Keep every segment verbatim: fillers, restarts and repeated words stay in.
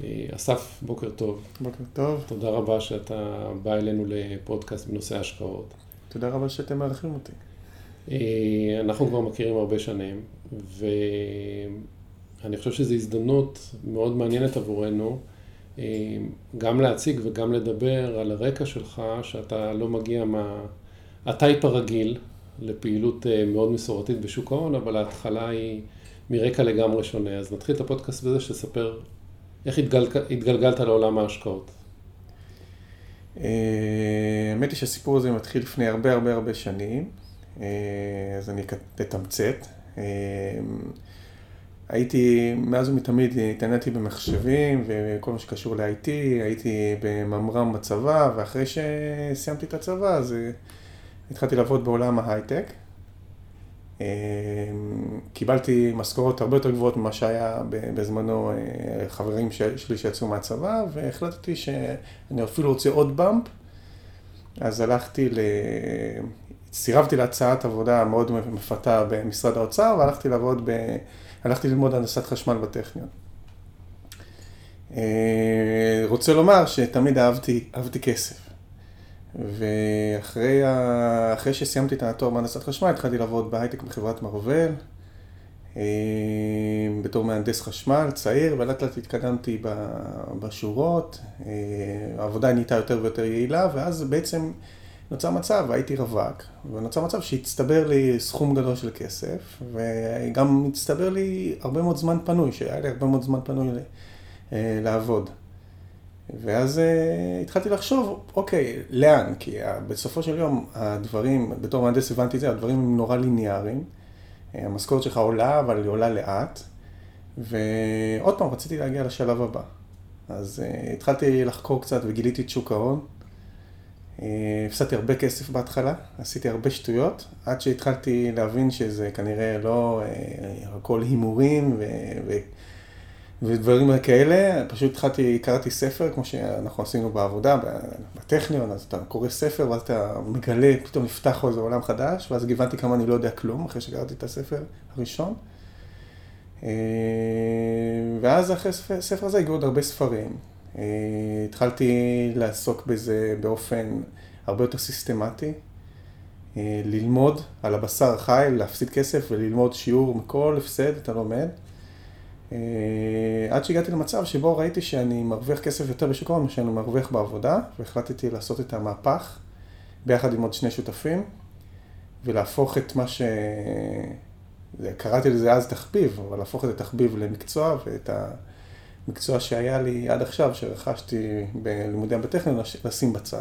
אסף, בוקר טוב. בוקר טוב. תודה רבה שאתה בא אלינו לפודקאסט בנושא השקעות. תודה רבה שאתם מארחים אותי. אנחנו כבר מכירים הרבה שנים, ואני חושב שזו הזדמנות מאוד מעניינת עבורנו, גם להציג וגם לדבר על הרקע שלך, שאתה לא מגיע מהטייפ הרגיל לפעילות מאוד מסורתית בשוק ההון, אבל ההתחלה היא מרקע לגמרי שונה. אז נתחיל את הפודקאסט בזה שתספר איך התגלגלת לעולם ההשקעות. האמת היא שהסיפור הזה מתחיל לפני הרבה הרבה הרבה שנים, אז אני אתמצת. הייתי, מאז ומתמיד התעניינתי במחשבים וכל מה שקשור ל-איי טי, הייתי בממר"ם בצבא, ואחרי שסיימתי את הצבא, אז התחלתי לעבוד בעולם ההייטק. קיבלתי משכורות הרבה יותר גבוהות ממה שהיה בזמנו חברים שלי שיצאו מהצבא, והחלטתי שאני אפילו רוצה עוד באמפ, אז הלכתי ל... סירבתי להצעת עבודה מאוד מפתה במשרד האוצר, והלכתי לעבוד ב... הלכתי ללמוד הנדסת חשמל בטכניון. רוצה לומר שתמיד אהבתי, אהבתי כסף. ואחרי ה... אחרי שסיימתי את התואר בהנדסת חשמל, התחלתי לעבוד בהייטק בחברת מרוול, בתור מהנדס חשמל, צעיר, ולאט לאט התקדמתי בשורות, העבודה נהייתה יותר ויותר יעילה, ואז בעצם נוצר מצב, הייתי רווק, ונוצר מצב שהצטבר לי סכום גדול של כסף, וגם הצטבר לי הרבה מאוד זמן פנוי, שהיה לי הרבה מאוד זמן פנוי לעבוד. ואז uh, התחלתי לחשוב, אוקיי, לאן? כי uh, בסופו של יום הדברים, בתור מהנדס הבנתי את זה, הדברים הם נורא ליניאריים. Uh, המשכורת שלך עולה, אבל היא עולה לאט. ועוד פעם, רציתי להגיע לשלב הבא. אז uh, התחלתי לחקור קצת וגיליתי את שוק ההון. Uh, הפסדתי הרבה כסף בהתחלה, עשיתי הרבה שטויות, עד שהתחלתי להבין שזה כנראה לא uh, הכל הימורים ו... ו- ודברים כאלה. פשוט התחלתי, קראתי ספר, כמו שאנחנו עשינו בעבודה, בטכניון, אז אתה קורא ספר, ואז אתה מגלה, פתאום נפתח איזה עולם חדש, ואז גיוונתי כמה אני לא יודע כלום, אחרי שקראתי את הספר הראשון. ואז אחרי הספר הזה הגיעו עוד הרבה ספרים. התחלתי לעסוק בזה באופן הרבה יותר סיסטמטי, ללמוד על הבשר החי, להפסיד כסף וללמוד שיעור מכל הפסד, אתה לומד. עד שהגעתי למצב שבו ראיתי שאני מרוויח כסף יותר בשוק ההון, שאני מרוויח בעבודה, והחלטתי לעשות את המהפך ביחד עם עוד שני שותפים, ולהפוך את מה ש... קראתי לזה אז תחביב, אבל להפוך את התחביב למקצוע, ואת המקצוע שהיה לי עד עכשיו, שרכשתי בלימודי בטכניון, לשים בצד.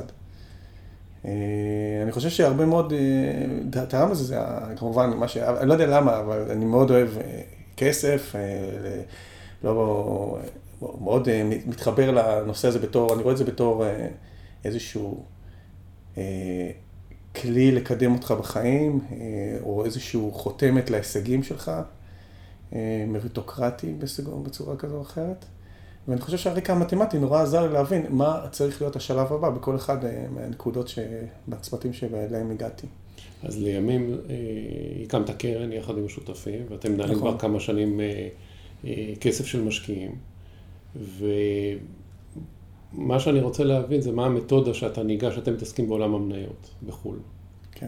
אני חושב שהרבה מאוד, תרם לזה, זה כמובן מה ש... אני לא יודע למה, אבל אני מאוד אוהב כסף, לא, מאוד מתחבר לנושא הזה בתור, אני רואה את זה בתור איזשהו כלי לקדם אותך בחיים, או איזשהו חותמת להישגים שלך, מריטוקרטי בצורה כזו או אחרת. ואני חושב שהרקע המתמטי נורא עזר לי להבין מה צריך להיות השלב הבא בכל אחד מהנקודות שבצמתים שבהם הגעתי. אז לימים הקמת קרן יחד עם השותפים, ואתם מנהלים כבר כמה שנים כסף של משקיעים. ומה שאני רוצה להבין זה מה המתודה שאתה ניגש, שאתם מתעסקים בעולם המניות בחו"ל. כן.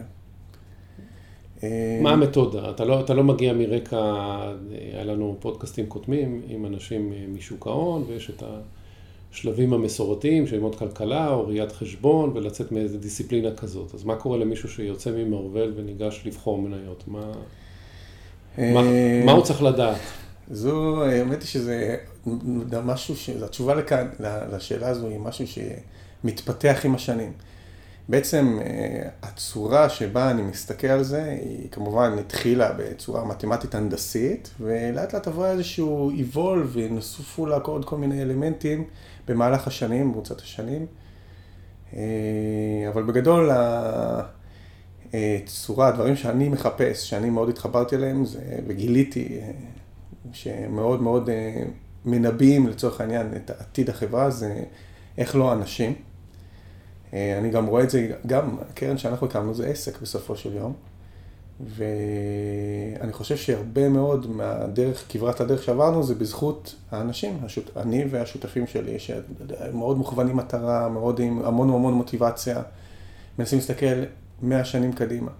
מה המתודה? אתה לא, אתה לא מגיע מרקע, היה לנו פודקאסטים קודמים עם אנשים משוק ההון, ויש את השלבים המסורתיים של ללמוד כלכלה או ראיית חשבון ולצאת מאיזו דיסציפלינה כזאת. אז מה קורה למישהו שיוצא ממרוול וניגש לבחור מניות? מה, מה, מה הוא צריך לדעת? זו, האמת היא שזה משהו, התשובה לכאן, לשאלה הזו היא משהו שמתפתח עם השנים. בעצם הצורה שבה אני מסתכל על זה, היא כמובן התחילה בצורה מתמטית הנדסית, ולאט לאט עברה איזשהו איבולב, ונוספו לה עוד כל מיני אלמנטים במהלך השנים, ברוצת השנים. אבל בגדול, הצורה, הדברים שאני מחפש, שאני מאוד התחברתי אליהם, וגיליתי שמאוד מאוד מנבאים לצורך העניין את עתיד החברה, זה איך לא אנשים. אני גם רואה את זה, גם הקרן שאנחנו הקמנו זה עסק בסופו של יום, ואני חושב שהרבה מאוד מהדרך, כברת הדרך שעברנו, זה בזכות האנשים, השות... אני והשותפים שלי, שמאוד מוכוונים מטרה, מאוד עם המון המון מוטיבציה, מנסים להסתכל מאה שנים קדימה.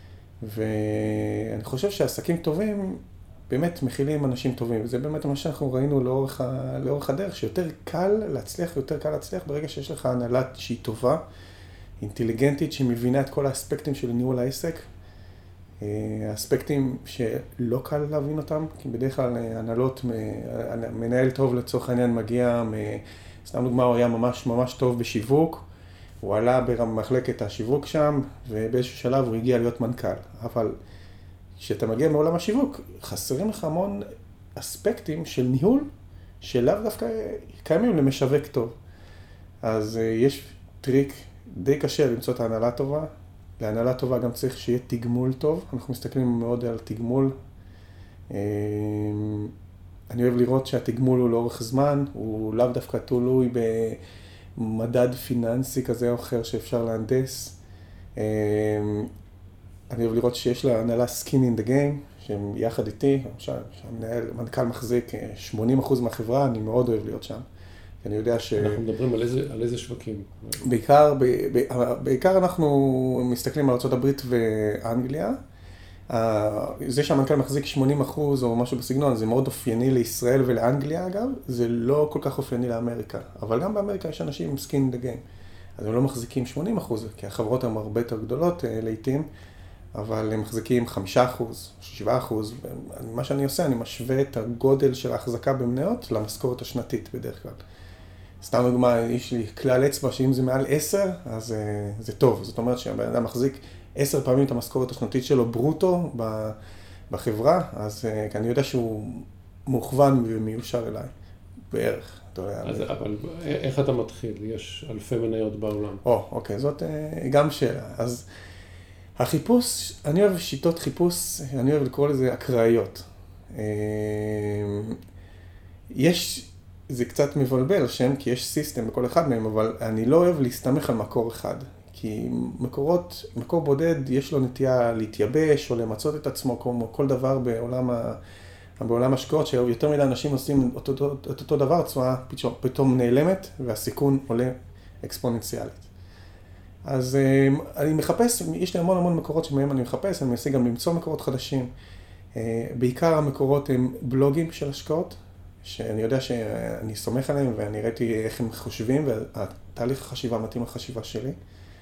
ואני חושב שעסקים טובים באמת מכילים אנשים טובים, וזה באמת מה שאנחנו ראינו לאורך, ה... לאורך הדרך, שיותר קל להצליח, יותר קל להצליח ברגע שיש לך הנהלה שהיא טובה, אינטליגנטית, שמבינה את כל האספקטים של ניהול העסק, האספקטים שלא קל להבין אותם, כי בדרך כלל הנהלות, מנהל טוב לצורך העניין מגיע, סתם דוגמה, הוא היה ממש ממש טוב בשיווק, הוא עלה במחלקת השיווק שם, ובאיזשהו שלב הוא הגיע להיות מנכ"ל. אבל כשאתה מגיע מעולם השיווק, חסרים לך המון אספקטים של ניהול, שלאו דווקא קיימים למשווק טוב. אז יש טריק די קשה למצוא את ההנהלה טובה, להנהלה טובה גם צריך שיהיה תגמול טוב, אנחנו מסתכלים מאוד על תגמול. אני אוהב לראות שהתגמול הוא לאורך זמן, הוא לאו דווקא תלוי במדד פיננסי כזה או אחר שאפשר להנדס. אני אוהב לראות שיש להנהלה skin in the game, שהם יחד איתי, שהמנהל, מנכ"ל מחזיק שמונים אחוז מהחברה, אני מאוד אוהב להיות שם. אני יודע ש... אנחנו מדברים על איזה, על איזה שווקים? בעיקר, ב, ב, בעיקר אנחנו מסתכלים על ארצות הברית ואנגליה. זה שהמנכ"ל מחזיק שמונים אחוז או משהו בסגנון, זה מאוד אופייני לישראל ולאנגליה אגב, זה לא כל כך אופייני לאמריקה. אבל גם באמריקה יש אנשים עם skin in the game. אז הם לא מחזיקים שמונים אחוז, כי החברות הן הרבה יותר גדולות לעתים, אבל הם מחזיקים חמישה אחוז, שבעה אחוז. מה שאני עושה, אני משווה את הגודל של ההחזקה במניות למשכורת השנתית בדרך כלל. סתם דוגמה, יש לי כלל אצבע שאם זה מעל עשר, אז זה טוב. זאת אומרת שהבן אדם מחזיק עשר פעמים את המשכורת השנתית שלו ברוטו בחברה, אז אני יודע שהוא מוכוון ומיושר אליי, בערך. אז, אבל איך אתה מתחיל? יש אלפי מניות בעולם. או, אוקיי, זאת גם שאלה. אז החיפוש, אני אוהב שיטות חיפוש, אני אוהב לקרוא לזה אקראיות. יש... זה קצת מבלבל השם, כי יש סיסטם בכל אחד מהם, אבל אני לא אוהב להסתמך על מקור אחד. כי מקורות, מקור בודד, יש לו נטייה להתייבש או למצות את עצמו, כמו כל דבר בעולם, ה, בעולם השקעות, שיותר מדי אנשים עושים את אותו, את אותו דבר, צורה פתאום, פתאום נעלמת, והסיכון עולה אקספוננציאלית. אז אני מחפש, יש לי המון המון מקורות שמהם אני מחפש, אני מנסה גם למצוא מקורות חדשים. בעיקר המקורות הם בלוגים של השקעות, שאני יודע שאני סומך עליהם ואני ראיתי איך הם חושבים, והתהליך החשיבה מתאים לחשיבה שלי.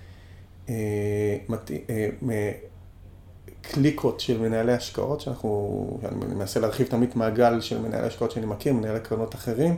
קליקות של מנהלי השקעות, שאנחנו, אני מנסה להרחיב תמיד מעגל של מנהלי השקעות שאני מכיר, מנהלי קרנות אחרים.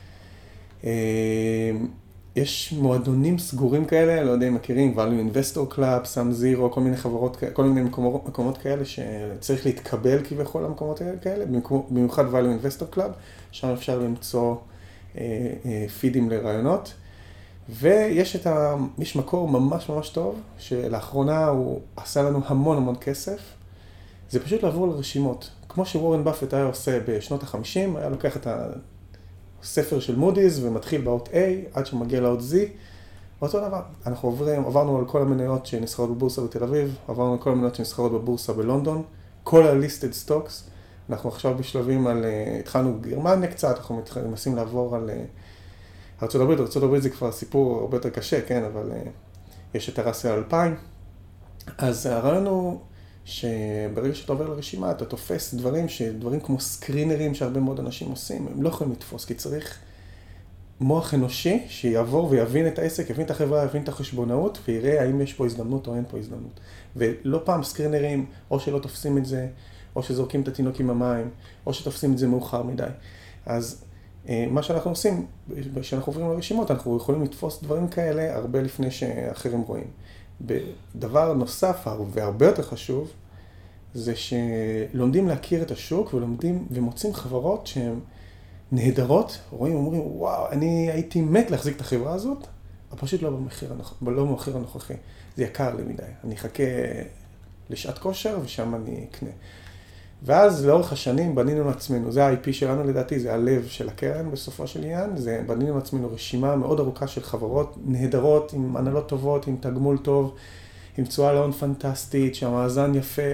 יש מועדונים סגורים כאלה, לא יודע אם מכירים, Value Investor Club, Sum Zero, כל מיני חברות, כל מיני מקומות, מקומות כאלה שצריך להתקבל כביכול למקומות כאלה, במיוחד Value Investor Club, שם אפשר למצוא אה, אה, פידים לרעיונות. ויש את ה... יש מקור ממש ממש טוב, שלאחרונה הוא עשה לנו המון המון כסף, זה פשוט לעבור לרשימות. כמו שוורן באפט היה עושה בשנות ה-חמישים, היה לוקח את ה... ספר של מודי'ס ומתחיל באות A עד שמגיע לאות Z. אותו דבר, אנחנו עוברים, עברנו על כל המניות שנסחרות בבורסה בתל אביב, עברנו על כל המניות שנסחרות בבורסה בלונדון, כל ה-listed stocks. אנחנו עכשיו בשלבים על, התחלנו גרמניה קצת, אנחנו מנסים לעבור על ארצות הברית. ארצות הברית זה כבר סיפור הרבה יותר קשה, כן, אבל יש את הרסיה אלפיים. אז הרעיון הוא שברגע שאתה עובר לרשימה, אתה תופס דברים שדברים כמו סקרינרים שהרבה מאוד אנשים עושים, הם לא יכולים לתפוס, כי צריך מוח אנושי שיעבור ויבין את העסק, יבין את החברה, יבין את החשבונאות, ויראה האם יש פה הזדמנות או אין פה הזדמנות. ולא פעם סקרינרים, או שלא תופסים את זה, או שזורקים את התינוק עם המים, או שתופסים את זה מאוחר מדי. אז מה שאנחנו עושים, כשאנחנו עוברים לרשימות, אנחנו יכולים לתפוס דברים כאלה הרבה לפני שאחרים רואים. דבר נוסף והרבה יותר חשוב, זה שלומדים להכיר את השוק ולומדים ומוצאים חברות שהן נהדרות, רואים ואומרים, וואו, אני הייתי מת להחזיק את החברה הזאת, אבל פשוט לא במחיר, לא במחיר הנוכחי. זה יקר לי מדי. אני אחכה לשעת כושר ושם אני אקנה. ואז לאורך השנים בנינו לעצמנו, זה ה-איי פי שלנו לדעתי, זה הלב של הקרן בסופו של עניין, זה בנינו לעצמנו רשימה מאוד ארוכה של חברות נהדרות, עם הנהלות טובות, עם תגמול טוב, עם תשואה להון פנטסטית, שהמאזן יפה,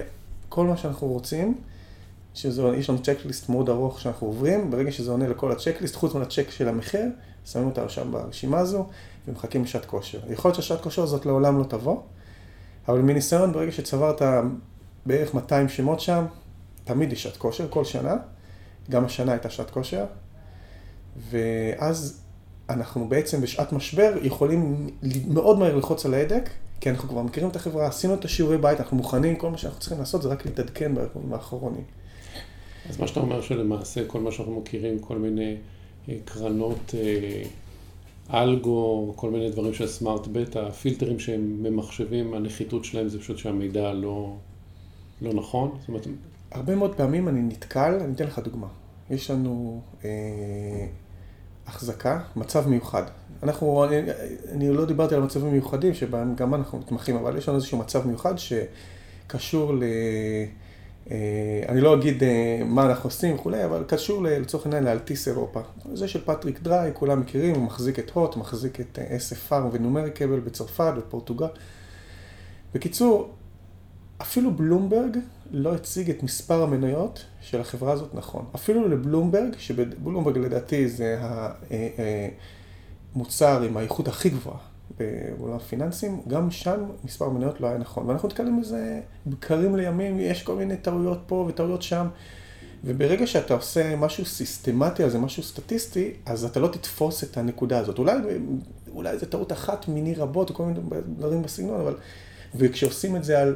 כל מה שאנחנו רוצים, שיש לנו צ'קליסט מאוד ארוך שאנחנו עוברים, ברגע שזה עונה לכל הצ'קליסט, חוץ מהצ'ק של המחיר, שמים אותה שם ברשימה הזו, ומחכים לשעת כושר. יכול להיות שהשעת כושר הזאת לעולם לא תבוא, אבל מניסיון, ברגע שצברת בערך מאתיים שמות שם, תמיד יש שעת כושר, כל שנה, גם השנה הייתה שעת כושר, ואז אנחנו בעצם בשעת משבר יכולים מאוד מהר ללחוץ על ההדק, כי אנחנו כבר מכירים את החברה, עשינו את השיעורי בית, אנחנו מוכנים, כל מה שאנחנו צריכים לעשות זה רק להתעדכן בימים האחרונים. אז מה שאתה אומר שלמעשה, כל מה שאנחנו מכירים, כל מיני קרנות אלגו, כל מיני דברים של סמארט בטא, הפילטרים שהם ממחשבים, הנחיתות שלהם זה פשוט שהמידע לא, לא נכון. זאת אומרת... הרבה מאוד פעמים אני נתקל, אני אתן לך דוגמה. יש לנו אה, החזקה, מצב מיוחד. אנחנו, אני, אני לא דיברתי על מצבים מיוחדים, שבהם גם אנחנו מתמחים, אבל יש לנו איזשהו מצב מיוחד שקשור ל... אני לא אגיד מה אנחנו עושים וכולי, אבל קשור לצורך העניין לאלטיס אירופה. זה של פטריק דריי, כולם מכירים, הוא מחזיק את הוט, מחזיק את אס אף אר ונומריקבל בצרפת ובפורטוגל. בקיצור, אפילו בלומברג לא הציג את מספר המניות של החברה הזאת נכון. אפילו לבלומברג, שבלומברג לדעתי זה המוצר עם האיכות הכי גבוהה בעולם הפיננסים, גם שם מספר המניות לא היה נכון. ואנחנו נתקלים בזה בקרים לימים, יש כל מיני טעויות פה וטעויות שם, וברגע שאתה עושה משהו סיסטמטי על זה, משהו סטטיסטי, אז אתה לא תתפוס את הנקודה הזאת. אולי, אולי זו טעות אחת מיני רבות, או כל מיני דברים בסגנון, אבל... וכשעושים את זה על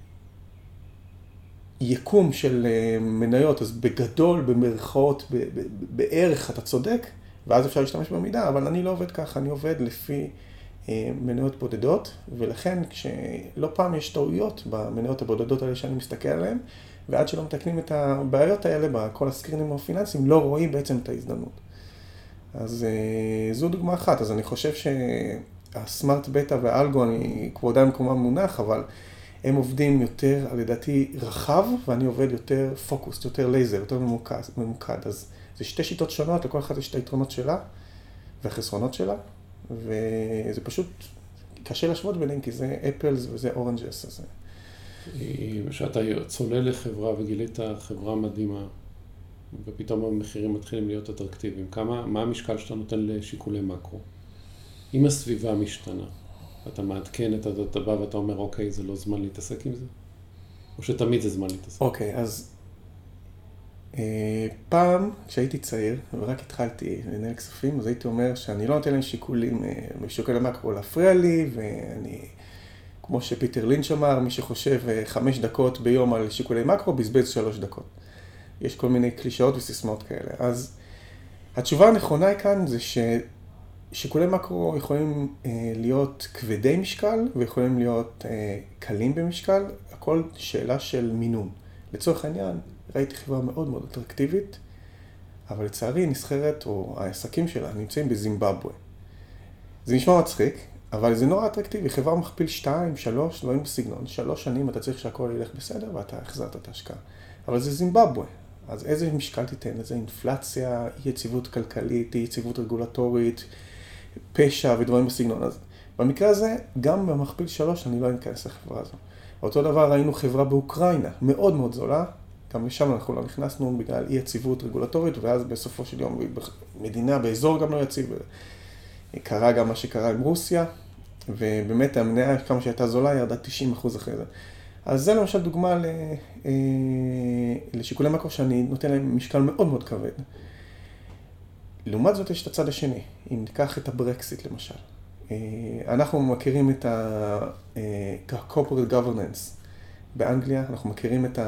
יקום של מניות, אז בגדול, במרכאות, בערך אתה צודק, ואז אפשר להשתמש במידה, אבל אני לא עובד ככה, אני עובד לפי מניות בודדות, ולכן כשלא פעם יש טעויות במניות הבודדות האלה שאני מסתכל עליהן, ועד שלא מתקנים את הבעיות האלה בכל הסקרינים הפיננסיים, לא רואים בעצם את ההזדמנות. אז זו דוגמה אחת, אז אני חושב שהסמארט בטא והאלגו, אני כבודה במקומם מונח, אבל הם עובדים יותר, על לדעתי, רחב, ואני עובד יותר פוקוס, יותר לייזר, יותר ממוקד, ממוקד. אז זה שתי שיטות שונות, לכל אחת יש את היתרונות שלה והחסרונות שלה, וזה פשוט קשה להשוות ביניהם, כי זה אפלס וזה אורנג'ס. אז... כשאתה צולל לחברה וגילית חברה מדהימה, ופתאום המחירים מתחילים להיות אטרקטיביים, כמה, מה המשקל שאתה נותן לשיקולי מקרו? אם הסביבה משתנה, אתה מעדכן את אתה בא ואתה אומר, אוקיי, זה לא זמן להתעסק עם זה? או שתמיד זה זמן להתעסק? אוקיי, אז אה, פעם, כשהייתי צעיר, ורק התחלתי לנהל כספים, אז הייתי אומר שאני לא נותן להם שיקולים, אה, משיקולי מקרו להפריע לי, ואני, כמו שפיטר לינץ' אמר, מי שחושב אה, חמש דקות ביום על שיקולי מקרו, בזבז שלוש דקות. יש כל מיני קלישאות וסיסמאות כאלה. אז התשובה הנכונה כאן זה ש... שיקולי מקרו יכולים אה, להיות כבדי משקל ויכולים להיות אה, קלים במשקל, הכל שאלה של מינון. לצורך העניין, ראיתי חברה מאוד מאוד אטרקטיבית, אבל לצערי נסחרת, או העסקים שלה נמצאים בזימבבואה. זה נשמע מצחיק, אבל זה נורא אטרקטיבי. חברה מכפיל שתיים, שלוש, דברים בסגנון. שלוש שנים אתה צריך שהכל ילך בסדר ואתה החזרת את ההשקעה. אבל זה זימבבואה. אז איזה משקל תיתן לזה? אינפלציה, אי יציבות כלכלית, אי יציבות רגולטורית, פשע ודברים בסגנון. אז במקרה הזה, גם במכפיל שלוש, אני לא אכנס לחברה הזו. אותו דבר ראינו חברה באוקראינה, מאוד מאוד זולה, גם לשם אנחנו לא נכנסנו בגלל אי יציבות רגולטורית, ואז בסופו של יום מדינה באזור גם לא יציב. קרה גם מה שקרה עם רוסיה, ובאמת המניה כמה שהייתה זולה ירדה תשעים אחוז אחרי זה. אז זה למשל דוגמה ל... לשיקולי מקרו שאני נותן להם משקל מאוד מאוד כבד. לעומת זאת יש את הצד השני, אם ניקח את הברקסיט למשל. אנחנו מכירים את ה-corporate governance באנגליה, אנחנו מכירים את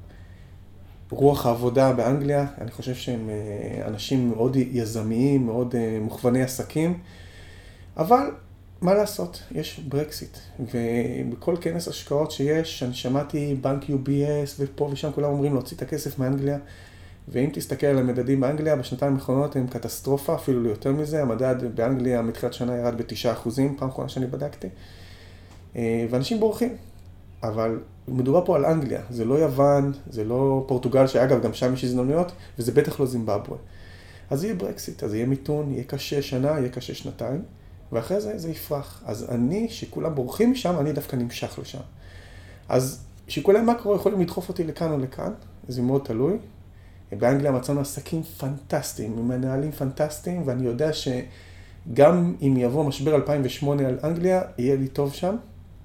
רוח העבודה באנגליה, אני חושב שהם אנשים מאוד יזמיים, מאוד מוכווני עסקים, אבל מה לעשות? יש ברקסיט, ובכל כנס השקעות שיש, אני שמעתי בנק יו בי אס ופה ושם כולם אומרים להוציא את הכסף מאנגליה, ואם תסתכל על המדדים באנגליה, בשנתיים האחרונות הם קטסטרופה, אפילו ליותר מזה, המדד באנגליה מתחילת שנה ירד בתשעה אחוזים, פעם אחרונה שאני בדקתי, ואנשים בורחים, אבל מדובר פה על אנגליה, זה לא יוון, זה לא פורטוגל, שאגב גם שם יש הזדמנויות, וזה בטח לא זימבבואה. אז יהיה ברקסיט, אז יהיה מיתון, יהיה קשה שנה, יהיה קשה שנתיים, ואחרי זה זה יפרח. אז אני, שכולם בורחים משם, אני דווקא נמשך לשם. אז שיקולי מקרו יכולים לדחוף אותי לכאן או לכאן, זה מאוד תלוי. באנגליה מצאנו עסקים פנטסטיים, עם מנהלים פנטסטיים, ואני יודע שגם אם יבוא משבר אלפיים ושמונה על אנגליה, יהיה לי טוב שם,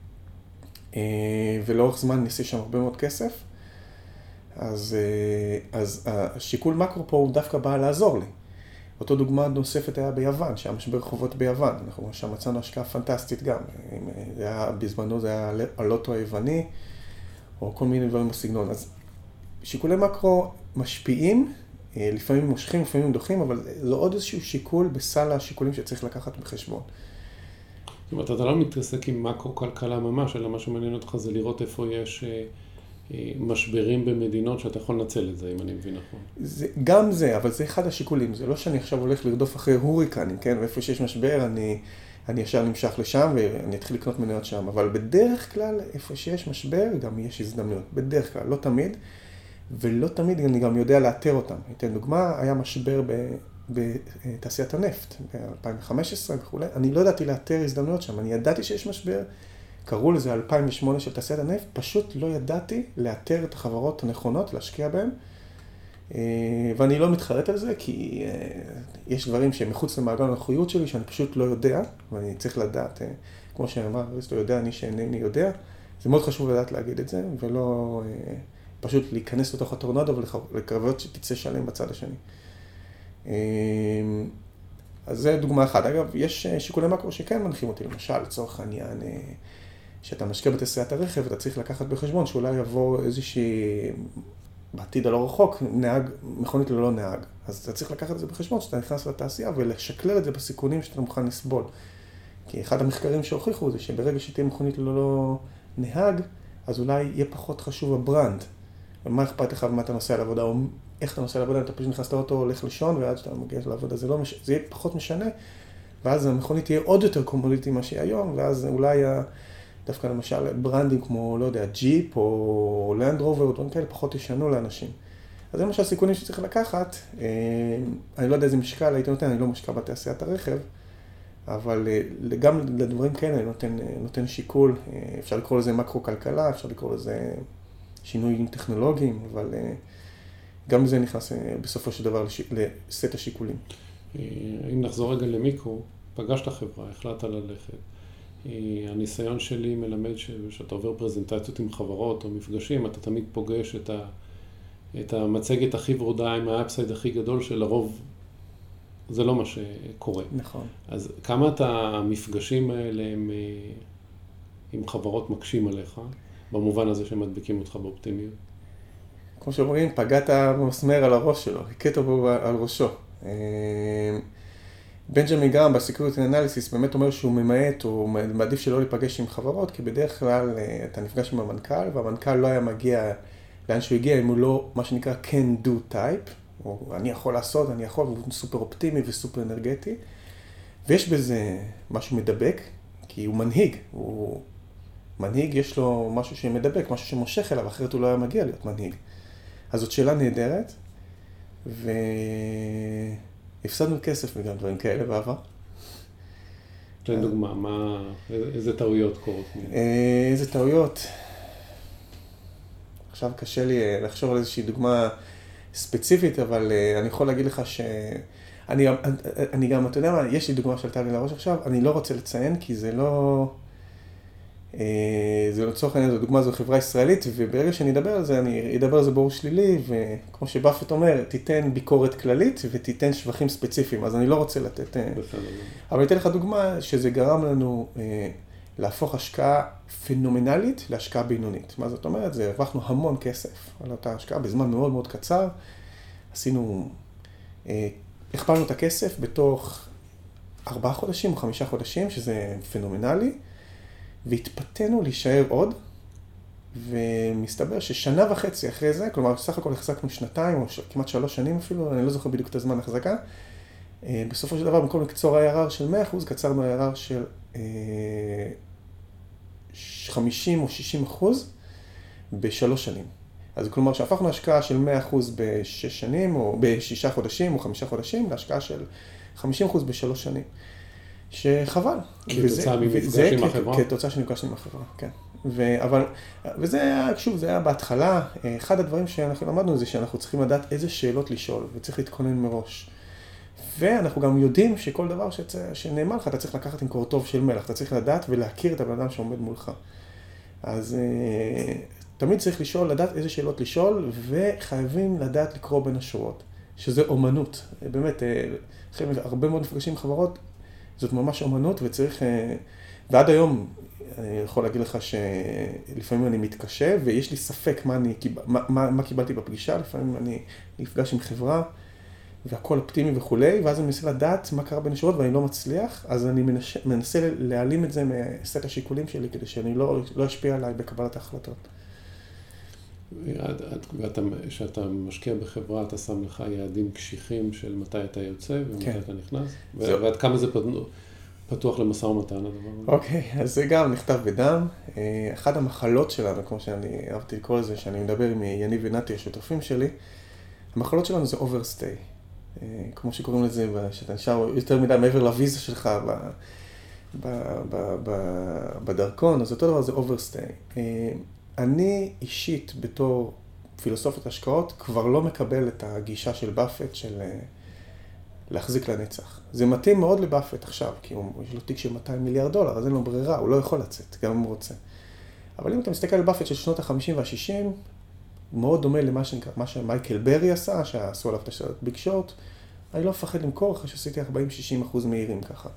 ולאורך זמן ניסי שם הרבה מאוד כסף. אז, אז השיקול מקרו פה הוא דווקא בא לעזור לי. אותו דוגמה נוספת היה ביוון, שהיה משבר חובות ביוון. אנחנו שם מצאנו השקעה פנטסטית גם. זה היה, בזמנו זה היה הלוטו היווני, או כל מיני דברים בסגנון. אז שיקולי מקרו משפיעים, לפעמים מושכים, לפעמים דוחים, אבל זה עוד איזשהו שיקול בסל השיקולים שצריך לקחת בחשבון. זאת אומרת, אתה לא מתעסק עם מקרו-כלכלה ממש, אלא מה שמעניין אותך זה לראות איפה יש משברים במדינות שאתה יכול לנצל את זה, אם אני מבין נכון. זה, גם זה, אבל זה אחד השיקולים. זה לא שאני עכשיו הולך לרדוף אחרי הוריקנים, כן? ואיפה שיש משבר, אני, אני ישר נמשך לשם ואני אתחיל לקנות מניות שם. אבל בדרך כלל, איפה שיש משבר, גם יש הזדמנויות. בדרך כלל, לא תמיד. ולא תמיד אני גם יודע לאתר אותם. אתן דוגמה, היה משבר בתעשיית הנפט, ב-אלפיים וחמש עשרה וכו'. אני לא ידעתי לאתר הזדמנויות שם. אני ידעתי שיש משבר, קראו לזה אלפיים ושמונה של תעשיית הנפט, פשוט לא ידעתי לאתר את החברות הנכונות, להשקיע בהן. ואני לא מתחרט על זה, כי יש דברים שהם מחוץ למעגל הנוחיות שלי, שאני פשוט לא יודע, ואני צריך לדעת, כמו שאמר, אריסטו יודע, אני שאינני יודע. זה מאוד חשוב לדעת להגיד את זה, ולא פשוט להיכנס לתוך הטורנדו ולקרבות שתצא שלם בצד השני. אז זה דוגמה אחת. אגב, יש שיקולי מקרו שכן מנחים אותי, למשל, לצורך העניין, שאתה משקיע בתעשיית הרכב, אתה צריך לקחת בחשבון שאולי יבוא איזושהי, בעתיד הלא רחוק, נהג, מכונית ללא נהג. אז אתה צריך לקחת את זה בחשבון, שאתה נכנס לתעשייה ולשקלל את זה בסיכונים שאתה מוכן לסבול. כי אחד המחקרים שהוכיחו זה שברגע שתהיה מכונית ללא נהג, אז אולי יהיה פחות חשוב הברנד. ומה אכפת לך ומה אתה נוסע לעבודה, או איך אתה נוסע לעבודה, אתה פשוט נכנס לאוטו, הולך לישון, ועד שאתה מגיע לעבודה, זה לא מש... זה יהיה פחות משנה, ואז המכונית תהיה עוד יותר קומודיטי מה שהיא היום, ואז אולי דווקא למשל ברנדים כמו, לא יודע, ג'יפ או לנד רובר, או דברים כאלה, פחות ישנו לאנשים. אז זה למשל סיכונים שצריך לקחת, אני לא יודע איזה משקל הייתי נותן, אני לא משקע בתעשיית הרכב, אבל גם לדברים כאלה אני נותן, נותן שיקול, אפשר לקרוא לזה מקרו-כלכלה, אפשר לקרוא לזה שינויים טכנולוגיים, אבל גם זה נכנס בסופו של דבר לסט השיקולים. אם נחזור רגע למיקרו, פגשת חברה, החלטת ללכת. הניסיון שלי מלמד שאתה עובר פרזנטציות עם חברות או מפגשים, אתה תמיד פוגש את, ה, את המצגת הכי ורודה עם האפסייד הכי גדול, שלרוב זה לא מה שקורה. נכון. אז כמה את המפגשים האלה הם, עם חברות מקשים עליך, במובן הזה שהם מדביקים אותך באופטימיות? כמו שאומרים, פגעת במסמר על הראש שלו, הכית בו על ראשו. בנג'מין גרם בסקיוריטי אנליסיס באמת אומר שהוא ממעט, הוא מעדיף שלא להיפגש עם חברות, כי בדרך כלל אתה נפגש עם המנכ"ל, והמנכ"ל לא היה מגיע לאן שהוא הגיע, אם הוא לא מה שנקרא can do type, או אני יכול לעשות, אני יכול, הוא סופר אופטימי וסופר אנרגטי, ויש בזה משהו מדבק, כי הוא מנהיג, הוא מנהיג יש לו משהו שמדבק, משהו שמושך אליו, אחרת הוא לא היה מגיע להיות מנהיג. אז זאת שאלה נהדרת, והפסדנו כסף בגלל דברים כאלה בעבר. תן דוגמה, מה, איזה טעויות קורות? איזה טעויות? עכשיו קשה לי לחשוב על איזושהי דוגמה ספציפית, אבל אני יכול להגיד לך שאני אני גם, אתה יודע מה, יש לי דוגמה שעלתה לי לראש עכשיו, אני לא רוצה לציין, כי זה לא... זה לצורך העניין, זו דוגמה, זו חברה ישראלית, וברגע שאני אדבר על זה, אני אדבר על זה באור שלילי, וכמו שבאפט אומר, תיתן ביקורת כללית ותיתן שבחים ספציפיים, אז אני לא רוצה לתת... אבל אני אתן לך דוגמה שזה גרם לנו להפוך השקעה פנומנלית להשקעה בינונית. מה זאת אומרת? זה הרווחנו המון כסף על אותה השקעה בזמן מאוד מאוד קצר. עשינו, הכפלנו את הכסף בתוך ארבעה חודשים או חמישה חודשים, שזה פנומנלי. והתפתנו להישאר עוד, ומסתבר ששנה וחצי אחרי זה, כלומר, סך הכל החזקנו שנתיים, או כמעט שלוש שנים אפילו, אני לא זוכר בדיוק את הזמן החזקה, בסופו של דבר, במקום לקצור ה-איי אר אר של מאה אחוז, קצרנו ה-איי אר אר של חמישים או שישים אחוז בשלוש שנים. אז כלומר, שהפכנו השקעה של מאה אחוז בשש שנים, או בשישה חודשים, או חמישה חודשים, להשקעה של חמישים אחוז בשלוש שנים. שחבל. כתוצאה ממפגש עם החברה? כתוצאה של מפגש עם החברה, כן. ו, אבל, וזה היה, שוב, זה היה בהתחלה, אחד הדברים שאנחנו למדנו זה שאנחנו צריכים לדעת איזה שאלות לשאול, וצריך להתכונן מראש. ואנחנו גם יודעים שכל דבר שצא, שנאמר לך, אתה צריך לקחת עם קורטוב של מלח, אתה צריך לדעת ולהכיר את הבן אדם שעומד מולך. אז תמיד צריך לשאול, לדעת איזה שאלות לשאול, וחייבים לדעת לקרוא בין השורות, שזה אומנות. באמת, הרבה מאוד מפגשים עם חברות, זאת ממש אומנות, וצריך, ועד היום, אני יכול להגיד לך שלפעמים אני מתקשה, ויש לי ספק מה, אני, מה, מה, מה קיבלתי בפגישה, לפעמים אני נפגש עם חברה, והכל אופטימי וכולי, ואז אני מנסה לדעת מה קרה בין השורות, ואני לא מצליח, אז אני מנסה, מנסה להעלים את זה מסט השיקולים שלי, כדי שאני לא, לא אשפיע עליי בקבלת ההחלטות. כשאתה משקיע בחברה, אתה שם לך יעדים קשיחים של מתי אתה יוצא ומתי כן. אתה נכנס, ועד כמה זה פתוח למשא ומתן הדבר הזה. אוקיי, אז זה גם נכתב בדם. אחת המחלות שלנו, כמו שאני אהבתי לקרוא לזה, שאני מדבר עם יניב ונתי, השותפים שלי, המחלות שלנו זה אוברסטיי. כמו שקוראים לזה, שאתה נשאר יותר מדי מעבר לוויזה שלך ב, ב, ב, ב, בדרכון, אז אותו דבר זה אוברסטיי. אני אישית בתור פילוסופית השקעות כבר לא מקבל את הגישה של באפט של להחזיק לנצח. זה מתאים מאוד לבאפט עכשיו, כי הוא, יש לו תיק של מאתיים מיליארד דולר, אז אין לו ברירה, הוא לא יכול לצאת, גם אם הוא רוצה. אבל אם אתה מסתכל על באפט של שנות ה-חמישים וה-שישים, מאוד דומה למה שנקרא, מה שמייקל ברי עשה, שעשו עליו את השאלות ביג שורט, אני לא מפחד למכור אחרי שעשיתי ארבעים שישים אחוז מהירים ככה.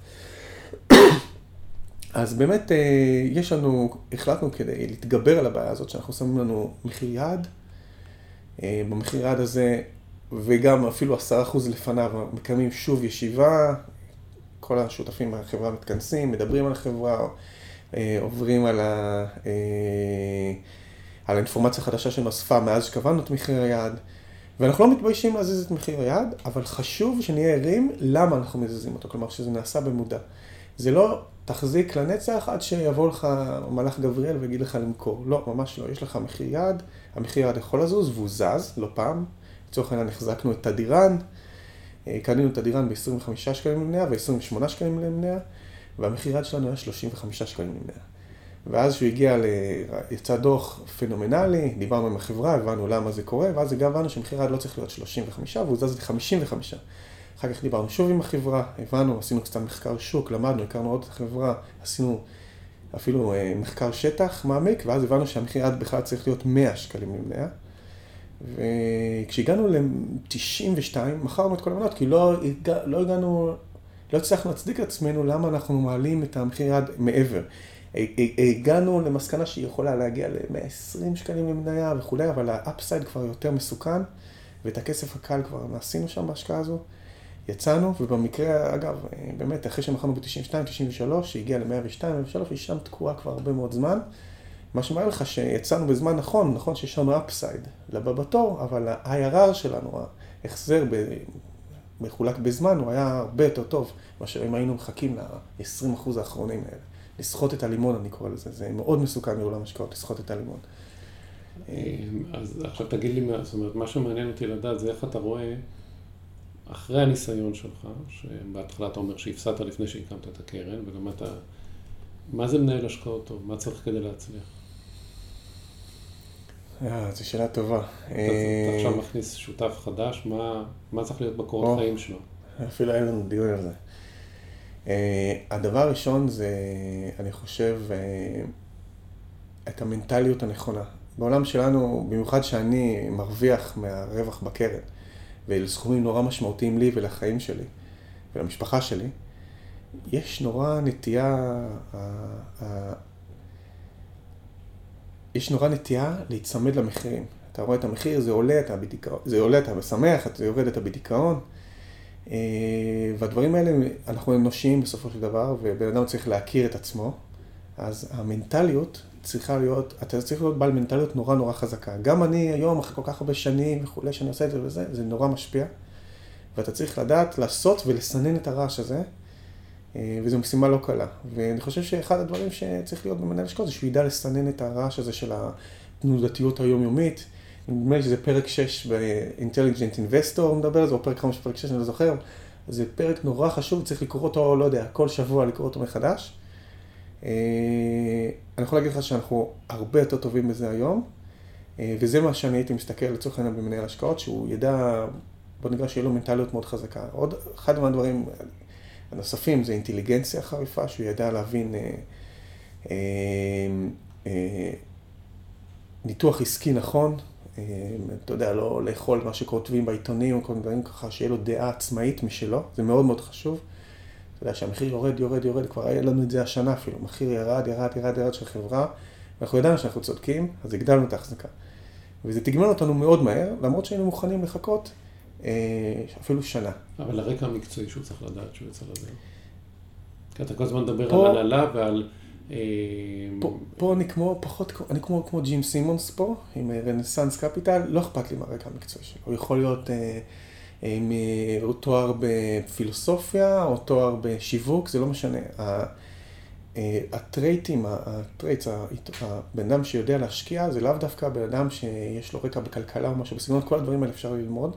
אז באמת יש לנו, החלטנו כדי להתגבר על הבעיה הזאת, שאנחנו שמים לנו מחיר יעד, במחיר יעד הזה, וגם אפילו עשרה אחוז לפניו, מקיימים שוב ישיבה, כל השותפים מהחברה מתכנסים, מדברים על החברה, עוברים על ה... על האינפורמציה החדשה שנוספה מאז שקבענו את מחיר היעד, ואנחנו לא מתביישים להזיז את מחיר היעד, אבל חשוב שנהיה ערים למה אנחנו מזיזים אותו, כלומר שזה נעשה במודע. זה לא תחזיק לנצח עד שיבוא לך מלאך גבריאל ויגיד לך למכור. לא, ממש לא. יש לך מחיר יעד, המחיר יעד יכול לזוז והוא זז, לא פעם. לצורך העניין החזקנו את תדירן, קנינו את תדירן ב-עשרים וחמישה שקלים למניה ו-עשרים ושמונה שקלים למניה, והמחיר יעד שלנו היה שלושים וחמישה שקלים למניה. ואז שהוא הגיע, ל... יצא דוח פנומנלי, דיברנו עם החברה, הבנו למה זה קורה, ואז גם הבנו שמחיר יעד לא צריך להיות שלושים וחמישה, והוא זז ל-חמישים וחמישה. אחר כך דיברנו שוב עם החברה, הבנו, עשינו קצת מחקר שוק, למדנו, הכרנו עוד את החברה, עשינו אפילו מחקר שטח מעמיק, ואז הבנו שהמחיר יעד בכלל צריך להיות מאה שקלים למניה. וכשהגענו ל-תשעים ושתיים, מכרנו את כל המנות, כי לא, לא הגענו, לא הצלחנו להצדיק את עצמנו למה אנחנו מעלים את המחיר יעד מעבר. הגענו למסקנה שהיא יכולה להגיע ל-מאה ועשרים שקלים למניה וכולי, אבל האפסייד כבר יותר מסוכן, ואת הכסף הקל כבר עשינו שם בהשקעה הזו. יצאנו, ובמקרה, אגב, באמת, אחרי שמכרנו ב-תשעים ושתיים תשעים ושלוש, שהגיע ל-מאה ושתיים מאה ושלוש, היא שם תקועה כבר הרבה מאוד זמן. מה שמראה לך שיצאנו בזמן נכון, נכון שיש לנו אפסייד לבא בתור, אבל ה-איי אר אר שלנו, ההחזר מחולק בזמן, הוא היה הרבה יותר טוב, מאשר אם היינו מחכים ל-עשרים אחוז האחרונים האלה. לסחוט את הלימון, אני קורא לזה, זה מאוד מסוכן מעולם השקעות, לסחוט את הלימון. אז עכשיו תגיד לי, זאת אומרת, מה שמעניין אותי לדעת זה איך אתה רואה, אחרי הניסיון שלך, שבהתחלה אתה אומר שהפסדת לפני שהקמת את הקרן, וגם אתה, מה זה מנהל השקעות טוב? מה צריך כדי להצליח? זו שאלה טובה. אתה עכשיו מכניס שותף חדש, מה צריך להיות בקורות חיים שלו? אפילו אין לנו דיון על זה. הדבר הראשון זה, אני חושב, את המנטליות הנכונה. בעולם שלנו, במיוחד שאני מרוויח מהרווח בקרן, ולסכומים נורא משמעותיים לי ולחיים שלי, ולמשפחה שלי, יש נורא נטייה, יש נורא נטייה להצמד למחירים. אתה רואה את המחיר, זה עולה, אתה בדיכאון, זה עולה, אתה משמח, אתה יורד, אתה בדיכאון. והדברים האלה, אנחנו אנושיים בסופו של דבר, ובן אדם צריך להכיר את עצמו. אז המנטליות צריכה להיות, אתה צריך להיות בעל מנטליות נורא נורא חזקה. גם אני היום, אחרי כל כך הרבה שנים וכולי, שאני עושה את זה וזה, זה נורא משפיע. ואתה צריך לדעת לעשות ולסנן את הרעש הזה, וזו משימה לא קלה. ואני חושב שאחד הדברים שצריך להיות במנהל השקעות, זה שהוא ידע לסנן את הרעש הזה של התנודתיות היומיומית. נדמה לי שזה פרק שש ב-Intelligent Investor, הוא מדבר על זה, או פרק חמש, פרק שש, אני לא זוכר, זה פרק נורא חשוב, צריך לקרוא אותו, לא יודע, כל שבוע לקרוא אותו מחדש. אני יכול להגיד לך שאנחנו הרבה יותר טובים בזה היום, וזה מה שאני הייתי מסתכל לצורך העניין במנהל השקעות, שהוא ידע, בוא נקרא שיהיה לו מנטליות מאוד חזקה. עוד אחד מהדברים הנוספים זה אינטליגנציה חריפה, שהוא ידע להבין אה, אה, אה, ניתוח עסקי נכון, אה, אתה יודע, לא לאכול מה שכותבים בעיתונים או כל מיני דברים ככה, שיהיה לו דעה עצמאית משלו, זה מאוד מאוד חשוב. אתה יודע שהמחיר יורד, יורד, יורד, כבר היה לנו את זה השנה אפילו, מחיר ירד, ירד, ירד, ירד של חברה, ואנחנו ידענו שאנחנו צודקים, אז הגדלנו את ההחזקה. וזה תגמל אותנו מאוד מהר, למרות שהיינו מוכנים לחכות אפילו שנה. אבל הרקע המקצועי שהוא צריך לדעת שהוא יצא לדעת. כי אתה כל הזמן מדבר על הנהלה ועל... פה אני כמו פחות, אני כמו כמו ג'ים סימונס פה, עם רנסנס קפיטל, לא אכפת לי מהרקע המקצועי שלו. הוא יכול להיות עם תואר בפילוסופיה או תואר בשיווק, זה לא משנה. הטרייטים, הטרייטס, הבן אדם שיודע להשקיע, זה לאו דווקא בן אדם שיש לו רקע בכלכלה או משהו בסגנון, כל הדברים האלה אפשר ללמוד.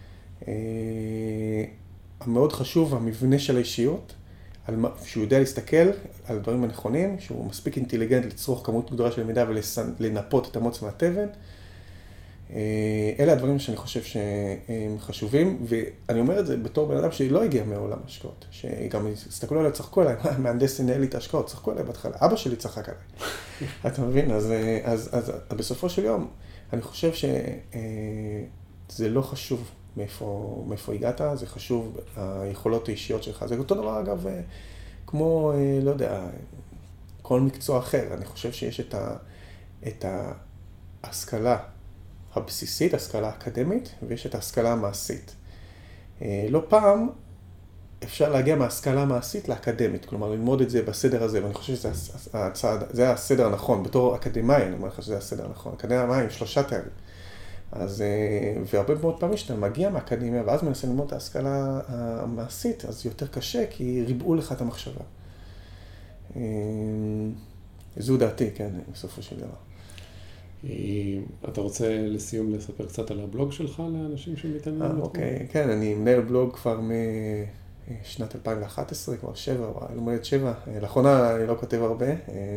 המאוד חשוב, המבנה של האישיות, שהוא יודע להסתכל על הדברים הנכונים, שהוא מספיק אינטליגנט לצרוך כמות גדולה של מידע ולנפות את המוץ מהתבן. אלה הדברים שאני חושב שהם חשובים, ואני אומר את זה בתור בן אדם שלא הגיע מעולם ההשקעות, שגם הסתכלו עליי, צחקו עליי, מהנדס ינהל לי את ההשקעות, צחקו עליי בהתחלה, אבא שלי צחק עליי. אתה מבין? אז, אז, אז, אז בסופו של יום, אני חושב שזה לא חשוב מאיפה, מאיפה הגעת, זה חשוב היכולות האישיות שלך. זה אותו דבר, אגב, כמו, לא יודע, כל מקצוע אחר. אני חושב שיש את, ה, את ההשכלה הבסיסית, השכלה האקדמית, ויש את ההשכלה המעשית. לא פעם אפשר להגיע מההשכלה המעשית לאקדמית, כלומר ללמוד את זה בסדר הזה, ואני חושב שזה הצעד, זה הסדר הנכון, בתור אקדמאי אני אומר לך שזה הסדר הנכון, אקדמאי עם שלושה תארים. אז, והרבה מאוד פעמים שאתה מגיע מהאקדמיה, ואז מנסה ללמוד את ההשכלה המעשית, אז יותר קשה, כי ריבעו לך את המחשבה. זו דעתי, כן, בסופו של דבר. אתה רוצה לסיום לספר קצת על הבלוג שלך לאנשים שמתעניינים? אוקיי, כן, אני מנהל בלוג כבר משנת אלפיים ואחת עשרה, כבר שבע, לומדת שבע. לאחרונה אני לא כותב הרבה.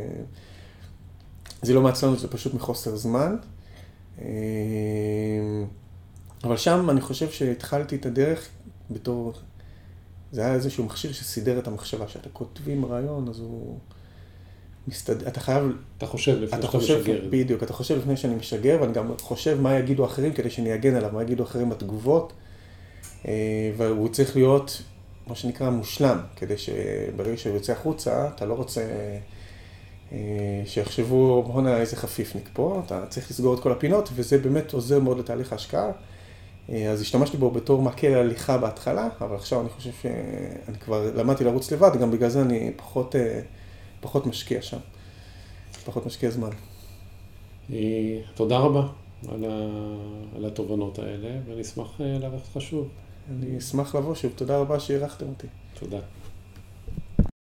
זה לא מעצלנות, זה פשוט מחוסר זמן. אבל שם אני חושב שהתחלתי את הדרך בתור, זה היה איזשהו מכשיר שסידר את המחשבה, שאתה כותבים רעיון, אז הוא מסתד... אתה חייב... אתה חושב לפני שאתה משגר. בדיוק, אתה חושב לפני שאני משגר, ואני גם חושב מה יגידו אחרים כדי שאני אגן עליו, מה יגידו אחרים בתגובות, והוא צריך להיות, מה שנקרא, מושלם, כדי שברגע שהוא יוצא החוצה, אתה לא רוצה שיחשבו, הונה איזה חפיפניק פה, אתה צריך לסגור את כל הפינות, וזה באמת עוזר מאוד לתהליך ההשקעה. אז השתמשתי בו בתור מקל הליכה בהתחלה, אבל עכשיו אני חושב שאני כבר למדתי לרוץ לבד, גם בגלל זה אני פחות... פחות משקיע שם, פחות משקיע זמן. תודה רבה על, ה... על התובנות האלה, ואני אשמח לארח אותך שוב. אני אשמח לבוא שוב, תודה רבה שהערכתם אותי. תודה.